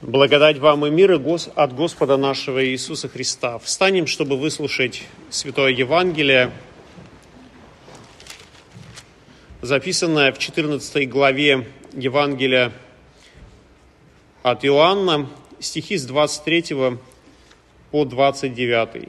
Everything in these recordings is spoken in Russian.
Благодать вам и мир от Господа нашего Иисуса Христа. Встанем, чтобы выслушать Святое Евангелие, записанное в 14 главе Евангелия от Иоанна, стихи с 23 по 29.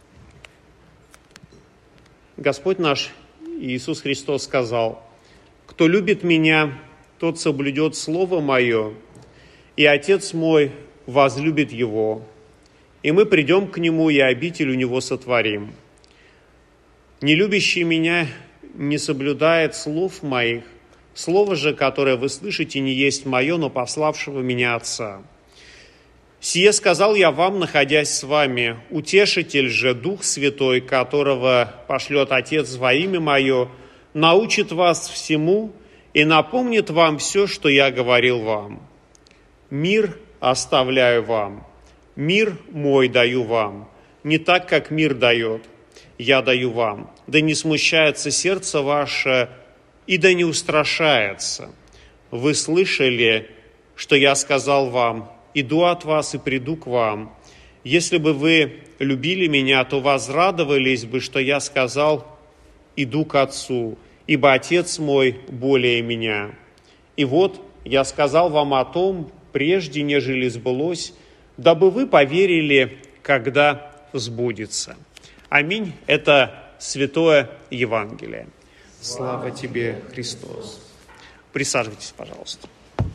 Господь наш Иисус Христос сказал: «Кто любит Меня, тот соблюдет Слово Мое, и Отец мой возлюбит его, и мы придем к нему, и обитель у него сотворим. Не любящий меня не соблюдает слов моих, слово же, которое вы слышите, не есть мое, но пославшего меня Отца. Сие сказал я вам, находясь с вами. Утешитель же, Дух Святой, которого пошлет Отец во имя мое, научит вас всему и напомнит вам все, что я говорил вам. Мир оставляю вам, мир мой даю вам, не так, как мир дает, я даю вам. Да не смущается сердце ваше, и да не устрашается. Вы слышали, что я сказал вам: иду от вас и приду к вам. Если бы вы любили меня, то возрадовались бы, что я сказал: иду к Отцу, ибо Отец мой более меня. И вот я сказал вам о том, прежде нежели сбылось, дабы вы поверили, когда сбудется». Аминь. Это Святое Евангелие. Слава тебе, Христос. Присаживайтесь, пожалуйста.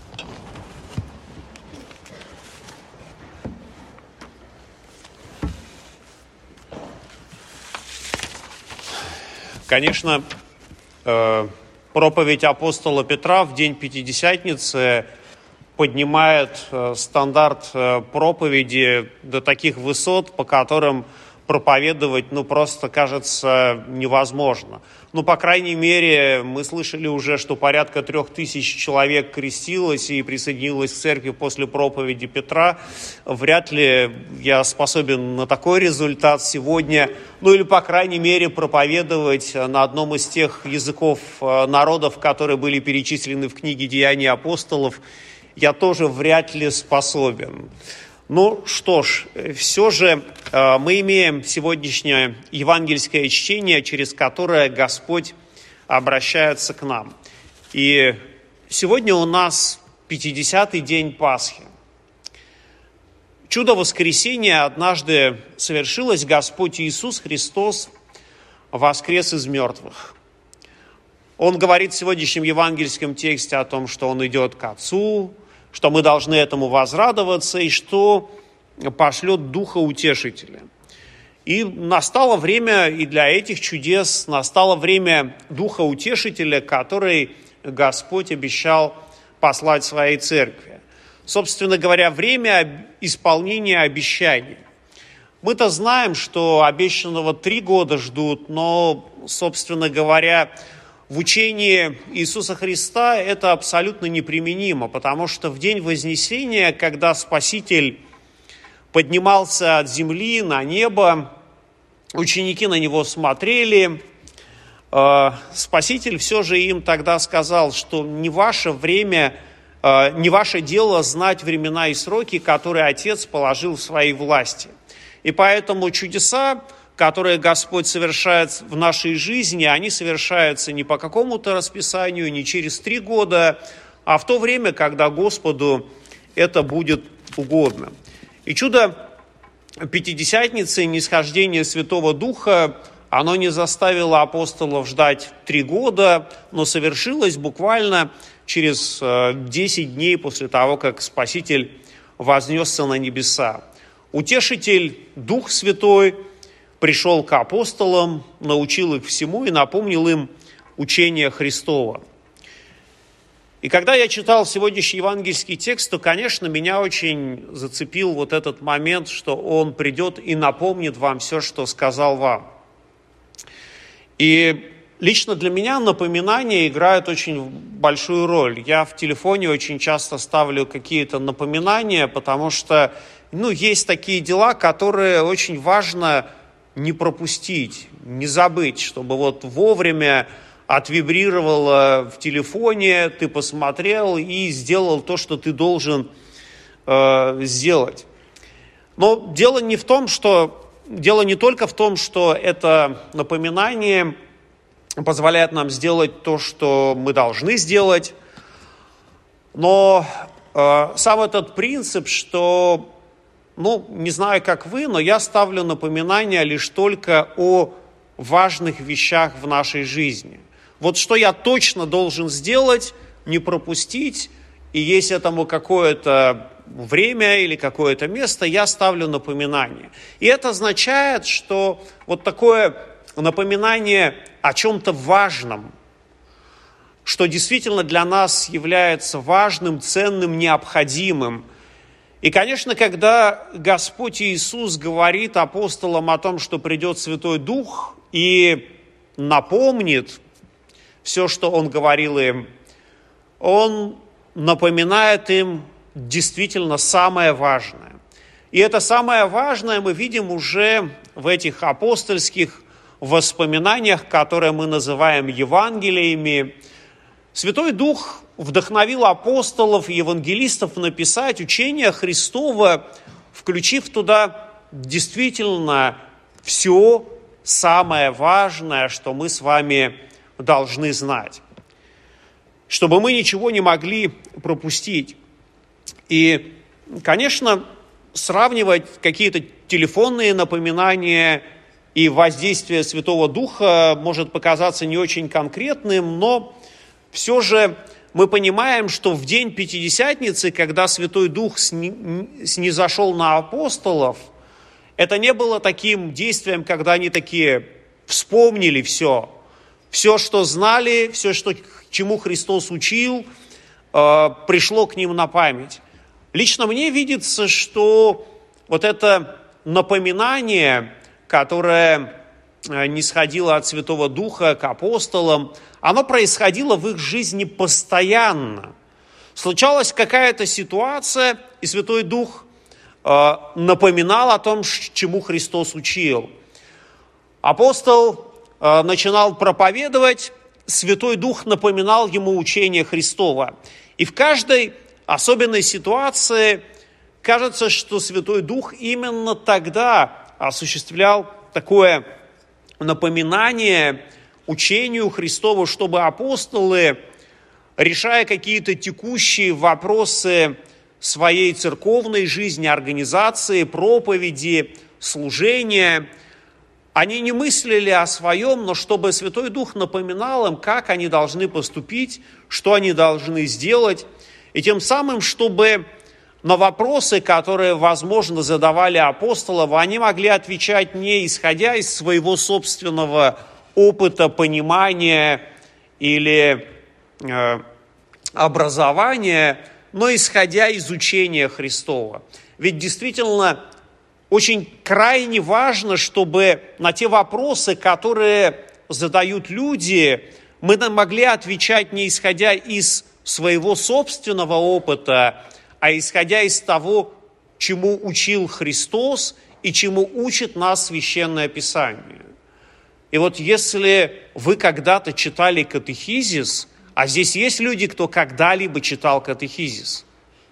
Конечно, проповедь апостола Петра в день Пятидесятницы поднимает стандарт проповеди до таких высот, по которым проповедовать, просто кажется невозможно. По крайней мере, мы слышали уже, что порядка 3000 человек крестилось и присоединилось к церкви после проповеди Петра. Вряд ли я способен на такой результат сегодня, или, по крайней мере, проповедовать на одном из тех языков народов, которые были перечислены в книге «Деяния апостолов», я тоже вряд ли способен. Что ж, все же мы имеем сегодняшнее евангельское чтение, через которое Господь обращается к нам. И сегодня у нас 50-й день Пасхи. Чудо воскресения однажды совершилось. Господь Иисус Христос воскрес из мертвых. Он говорит в сегодняшнем евангельском тексте о том, что Он идет к Отцу, что мы должны этому возрадоваться, и что пошлет Духа Утешителя. И настало время и для этих чудес, настало время Духа Утешителя, который Господь обещал послать своей церкви. Собственно говоря, время исполнения обещаний. Мы-то знаем, что обещанного 3 года ждут, но, собственно говоря, в учении Иисуса Христа это абсолютно неприменимо, потому что в день Вознесения, когда Спаситель поднимался от земли на небо, ученики на Него смотрели, Спаситель все же им тогда сказал, что не ваше время, не ваше дело знать времена и сроки, которые Отец положил в своей власти. И поэтому чудеса, которые Господь совершает в нашей жизни, они совершаются не по какому-то расписанию, не через 3 года, а в то время, когда Господу это будет угодно. И чудо Пятидесятницы, нисхождение Святого Духа, оно не заставило апостолов ждать 3 года, но совершилось буквально через 10 дней после того, как Спаситель вознесся на небеса. Утешитель, Дух Святой, пришел к апостолам, научил их всему и напомнил им учение Христова. И когда я читал сегодняшний евангельский текст, то, конечно, меня очень зацепил вот этот момент, что Он придет и напомнит вам все, что сказал вам. И лично для меня напоминания играют очень большую роль. Я в телефоне очень часто ставлю какие-то напоминания, потому что, есть такие дела, которые очень важно не пропустить, не забыть, чтобы вовремя отвибрировало в телефоне, ты посмотрел и сделал то, что ты должен сделать. Но дело не только в том, что это напоминание позволяет нам сделать то, что мы должны сделать, но сам этот принцип, что, не знаю, как вы, но я ставлю напоминания лишь только о важных вещах в нашей жизни. Вот что я точно должен сделать, не пропустить, и есть этому какое-то время или какое-то место, я ставлю напоминание. И это означает, что вот такое напоминание о чем-то важном, что действительно для нас является важным, ценным, необходимым. И, конечно, когда Господь Иисус говорит апостолам о том, что придет Святой Дух и напомнит все, что Он говорил им, Он напоминает им действительно самое важное. И это самое важное мы видим уже в этих апостольских воспоминаниях, которые мы называем Евангелиями. Святой Дух вдохновил апостолов и евангелистов написать учение Христово, включив туда действительно все самое важное, что мы с вами должны знать, чтобы мы ничего не могли пропустить. И, конечно, сравнивать какие-то телефонные напоминания и воздействие Святого Духа может показаться не очень конкретным, но все же мы понимаем, что в день Пятидесятницы, когда Святой Дух снизошел на апостолов, это не было таким действием, когда они такие вспомнили все, что знали, все, чему Христос учил, пришло к ним на память. Лично мне видится, что вот это напоминание, которое нисходило от Святого Духа к апостолам, оно происходило в их жизни постоянно. Случалась какая-то ситуация, и Святой Дух напоминал о том, чему Христос учил. Апостол начинал проповедовать, Святой Дух напоминал ему учение Христово. И в каждой особенной ситуации кажется, что Святой Дух именно тогда осуществлял такое напоминание учению Христову, чтобы апостолы, решая какие-то текущие вопросы своей церковной жизни, организации, проповеди, служения, они не мыслили о своем, но чтобы Святой Дух напоминал им, как они должны поступить, что они должны сделать, и тем самым, чтобы на вопросы, которые, возможно, задавали апостолов, они могли отвечать не исходя из своего собственного опыта, понимания или образования, но исходя из учения Христова. Ведь действительно очень крайне важно, чтобы на те вопросы, которые задают люди, мы могли отвечать не исходя из своего собственного опыта, а исходя из того, чему учил Христос и чему учит нас Священное Писание. И вот если вы когда-то читали катехизис, а здесь есть люди, кто когда-либо читал катехизис,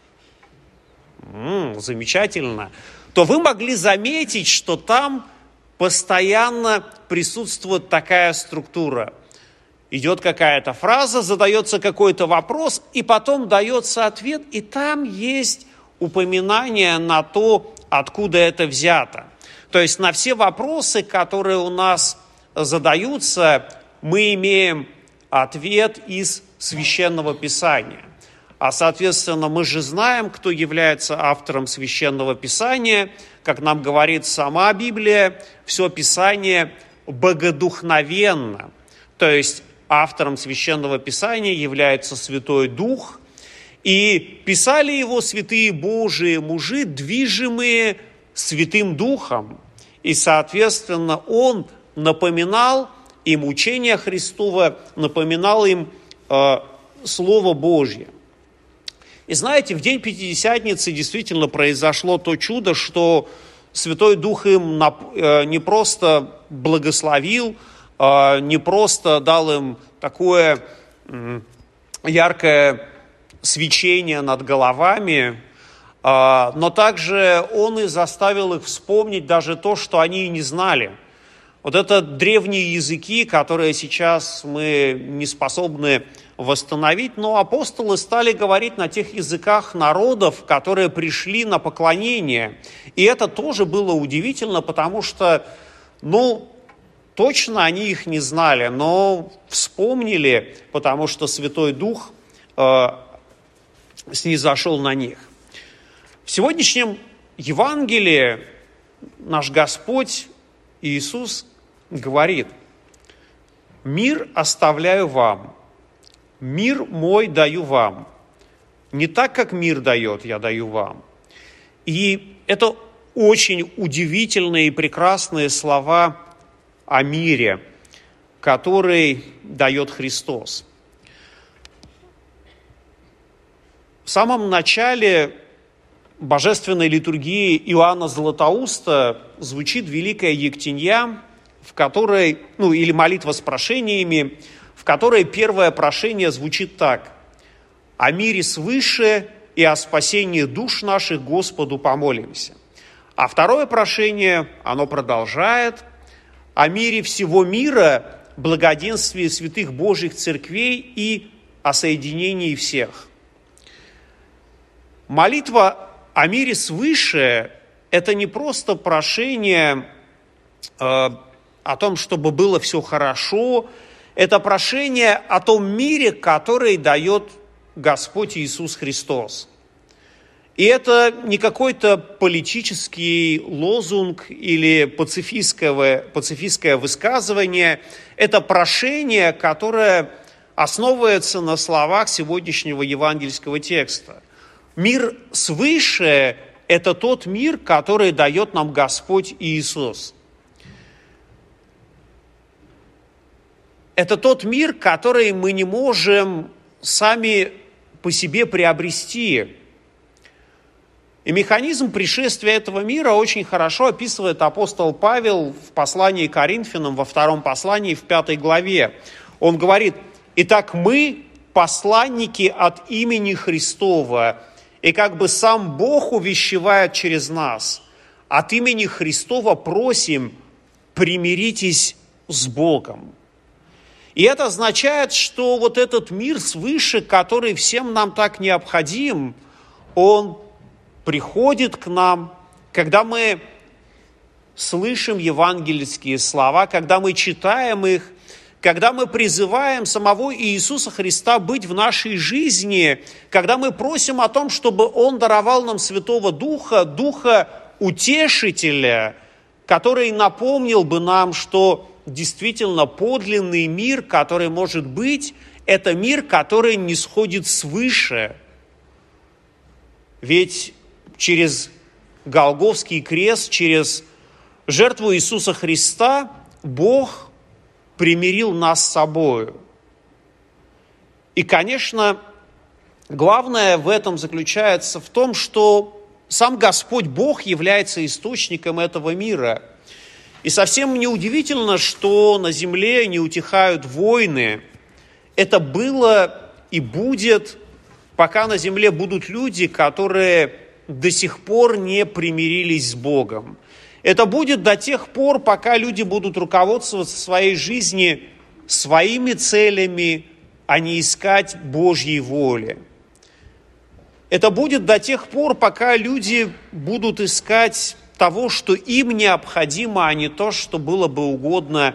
замечательно, то вы могли заметить, что там постоянно присутствует такая структура. Идет какая-то фраза, задается какой-то вопрос, и потом дается ответ, и там есть упоминание на то, откуда это взято. То есть на все вопросы, которые у нас задаются, мы имеем ответ из Священного Писания. А, соответственно, мы же знаем, кто является автором Священного Писания. Как нам говорит сама Библия, все Писание богодухновенно. То есть автором Священного Писания является Святой Дух. И писали его святые Божии мужи, движимые Святым Духом. И, соответственно, он напоминал им учение Христово, напоминал им Слово Божье. И знаете, в день Пятидесятницы действительно произошло то чудо, что Святой Дух им не просто благословил, не просто дал им такое яркое свечение над головами, но также он и заставил их вспомнить даже то, что они и не знали. Вот это древние языки, которые сейчас мы не способны восстановить, но апостолы стали говорить на тех языках народов, которые пришли на поклонение. И это тоже было удивительно, потому что, точно они их не знали, но вспомнили, потому что Святой Дух снизошел на них. В сегодняшнем Евангелии наш Господь Иисус говорит: «Мир оставляю вам, мир мой даю вам, не так, как мир дает, я даю вам». И это очень удивительные и прекрасные слова о мире, который дает Христос. В самом начале божественной литургии Иоанна Златоуста звучит Великая Ектенья, в которой, или молитва с прошениями, в которой первое прошение звучит так: «О мире свыше и о спасении душ наших Господу помолимся». А второе прошение, оно продолжает: «О мире всего мира, благоденствии святых Божьих церквей и о соединении всех». Молитва о мире свыше – это не просто прошение о том, чтобы было все хорошо, это прошение о том мире, который дает Господь Иисус Христос. И это не какой-то политический лозунг или пацифистское высказывание, это прошение, которое основывается на словах сегодняшнего евангельского текста. Мир свыше – это тот мир, который дает нам Господь Иисус. Это тот мир, который мы не можем сами по себе приобрести. И механизм пришествия этого мира очень хорошо описывает апостол Павел в послании к Коринфянам, во 2 послании, в 5 главе. Он говорит: «Итак, мы посланники от имени Христова, и как бы сам Бог увещевает через нас. От имени Христова просим, примиритесь с Богом». И это означает, что вот этот мир свыше, который всем нам так необходим, он приходит к нам, когда мы слышим евангельские слова, когда мы читаем их, когда мы призываем самого Иисуса Христа быть в нашей жизни, когда мы просим о том, чтобы Он даровал нам Святого Духа, Духа Утешителя, который напомнил бы нам, что действительно подлинный мир, который может быть, это мир, который не сходит свыше. Ведь через Голгофский крест, через жертву Иисуса Христа Бог примирил нас с собою. И, конечно, главное в этом заключается в том, что сам Господь Бог является источником этого мира. И совсем неудивительно, что на земле не утихают войны. Это было и будет, пока на земле будут люди, которые до сих пор не примирились с Богом. Это будет до тех пор, пока люди будут руководствоваться в своей жизни своими целями, а не искать Божьей воли. Это будет до тех пор, пока люди будут искать того, что им необходимо, а не то, что было бы угодно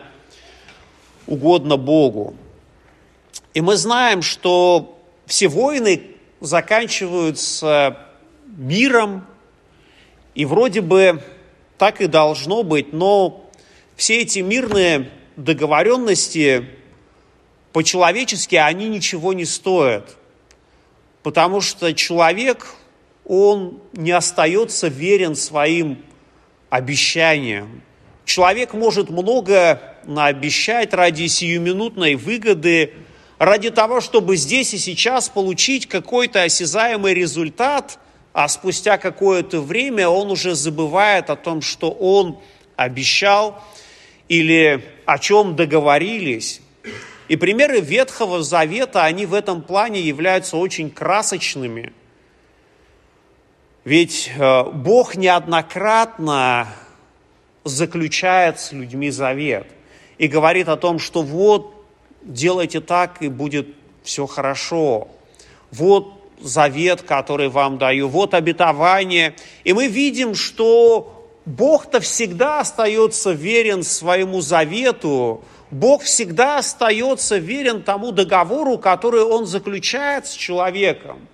Богу. И мы знаем, что все войны заканчиваются миром, и вроде бы так и должно быть, но все эти мирные договоренности по-человечески, они ничего не стоят, потому что человек, он не остается верен своим обещаниям. Человек может много наобещать ради сиюминутной выгоды, ради того, чтобы здесь и сейчас получить какой-то осязаемый результат, а спустя какое-то время он уже забывает о том, что он обещал или о чем договорились. И примеры Ветхого Завета, они в этом плане являются очень красочными. Ведь Бог неоднократно заключает с людьми завет и говорит о том, что вот, делайте так, и будет все хорошо. Вот завет, который вам даю, вот обетование. И мы видим, что Бог-то всегда остается верен своему завету, Бог всегда остается верен тому договору, который Он заключает с человеком.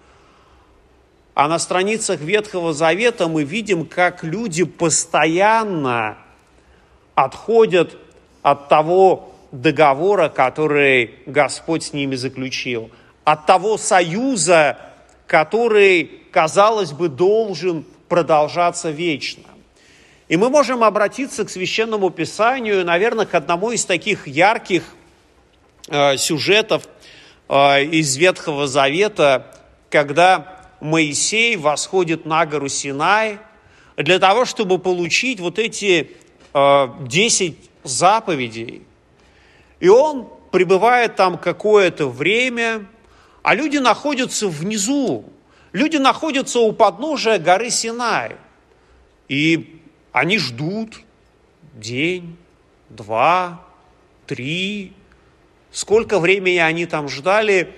А на страницах Ветхого Завета мы видим, как люди постоянно отходят от того договора, который Господь с ними заключил, от того союза, который, казалось бы, должен продолжаться вечно. И мы можем обратиться к Священному Писанию, наверное, к одному из таких ярких сюжетов из Ветхого Завета, когда Моисей восходит на гору Синай для того, чтобы получить вот эти 10 заповедей. И он пребывает там какое-то время, а люди находятся внизу, люди находятся у подножия горы Синай. И они ждут день, 2, 3. Сколько времени они там ждали,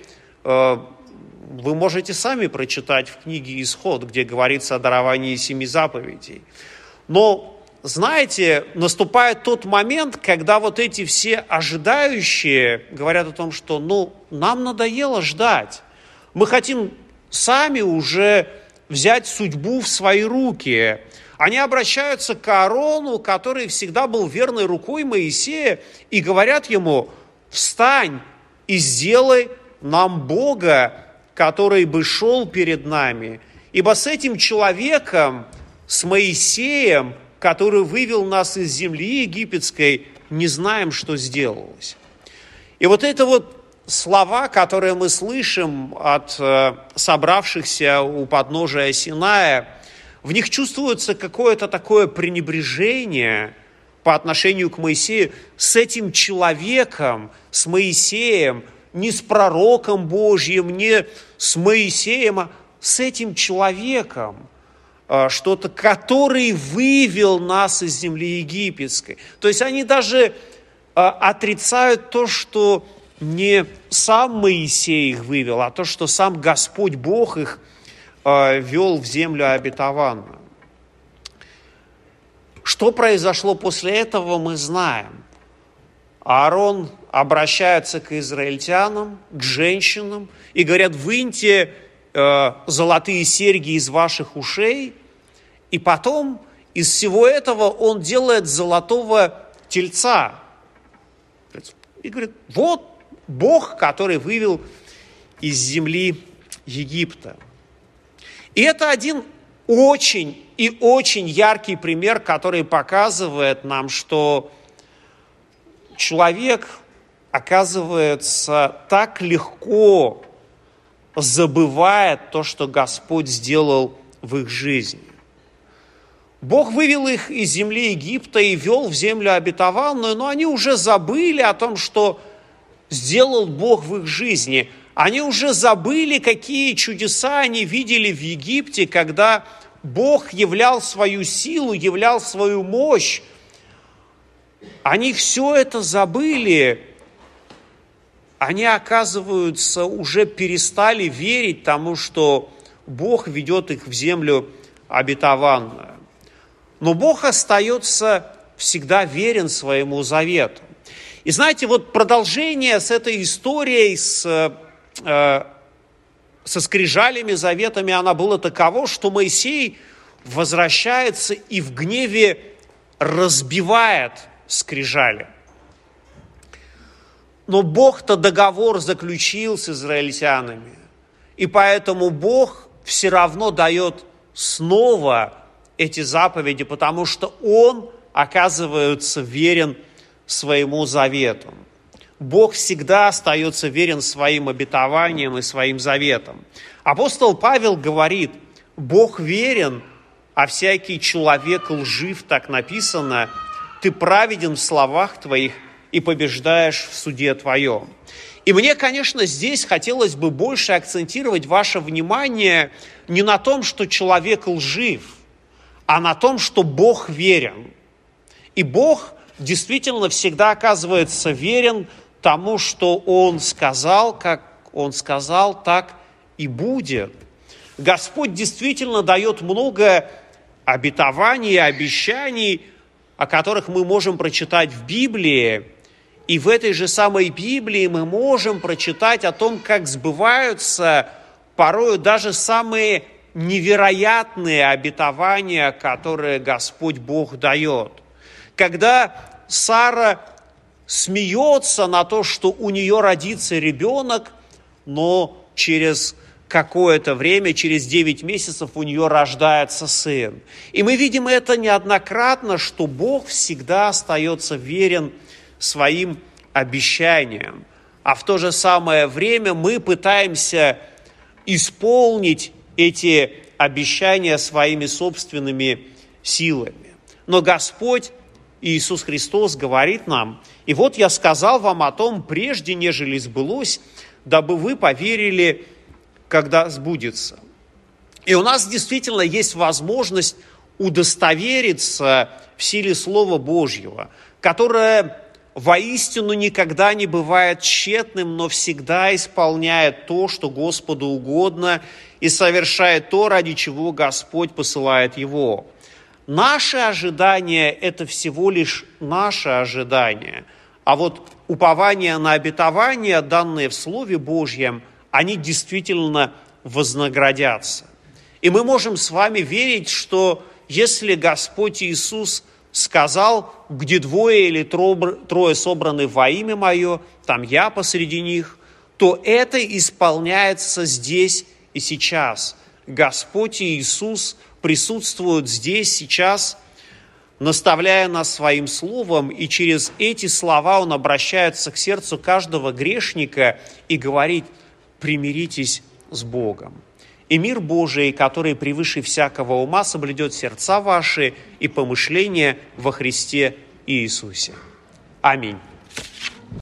вы можете сами прочитать в книге «Исход», где говорится о даровании 7 заповедей. Но, знаете, наступает тот момент, когда вот эти все ожидающие говорят о том, что нам надоело ждать. Мы хотим сами уже взять судьбу в свои руки. Они обращаются к Аарону, который всегда был верной рукой Моисея, и говорят ему: «Встань и сделай нам Бога, который бы шел перед нами, ибо с этим человеком, с Моисеем, который вывел нас из земли египетской, не знаем, что сделалось». И вот это вот слова, которые мы слышим от собравшихся у подножия Синая, в них чувствуется какое-то такое пренебрежение по отношению к Моисею. С этим человеком, с Моисеем, не с пророком Божьим, не с Моисеем, а с этим человеком, что-то, который вывел нас из земли египетской. То есть они даже отрицают то, что не сам Моисей их вывел, а то, что сам Господь Бог их вел в землю обетованную. Что произошло после этого, мы знаем. Аарон обращается к израильтянам, к женщинам и говорят: выньте золотые серьги из ваших ушей. И потом из всего этого он делает золотого тельца. И говорит: вот Бог, который вывел из земли Египта. И это один очень и очень яркий пример, который показывает нам, что человек, оказывается, так легко забывает то, что Господь сделал в их жизни. Бог вывел их из земли Египта и вел в землю обетованную, но они уже забыли о том, что сделал Бог в их жизни. Они уже забыли, какие чудеса они видели в Египте, когда Бог являл свою силу, являл свою мощь. Они все это забыли. Они, оказывается, уже перестали верить тому, что Бог ведет их в землю обетованную. Но Бог остается всегда верен своему завету. И знаете, вот продолжение с этой историей, со скрижалями, заветами, она была таково, что Моисей возвращается и в гневе разбивает скрижали. Но Бог-то договор заключил с израильтянами, и поэтому Бог все равно дает снова эти заповеди, потому что Он, оказывается, верен своему завету. Бог всегда остается верен своим обетованиям и своим заветам. Апостол Павел говорит: Бог верен, а всякий человек лжив, так написано, ты праведен в словах твоих и побеждаешь в суде твоем. И мне, конечно, здесь хотелось бы больше акцентировать ваше внимание не на том, что человек лжив, а на том, что Бог верен. И Бог действительно всегда оказывается верен тому, что Он сказал, как Он сказал, так и будет. Господь действительно дает много обетований и обещаний, о которых мы можем прочитать в Библии. И в этой же самой Библии мы можем прочитать о том, как сбываются порою даже самые невероятные обетования, которые Господь Бог дает. Когда Сара смеется на то, что у нее родится ребенок, но через какое-то время, через 9 месяцев у нее рождается сын. И мы видим это неоднократно, что Бог всегда остается верен своим обещаниям. А в то же самое время мы пытаемся исполнить эти обещания своими собственными силами. Но Господь Иисус Христос говорит нам: «И вот я сказал вам о том, прежде нежели сбылось, дабы вы поверили, когда сбудется». И у нас действительно есть возможность удостовериться в силе Слова Божьего, которое воистину никогда не бывает тщетным, но всегда исполняет то, что Господу угодно, и совершает то, ради чего Господь посылает его. Наше ожидание – это всего лишь наше ожидание, а вот упование на обетования, данные в Слове Божьем, они действительно вознаградятся. И мы можем с вами верить, что если Господь Иисус сказал: «Где двое или трое собраны во имя Мое, там Я посреди них», то это исполняется здесь и сейчас. Господь Иисус присутствует здесь, сейчас, наставляя нас своим словом, и через эти слова Он обращается к сердцу каждого грешника и говорит: примиритесь с Богом. И мир Божий, который превыше всякого ума, соблюдет сердца ваши и помышления во Христе Иисусе. Аминь.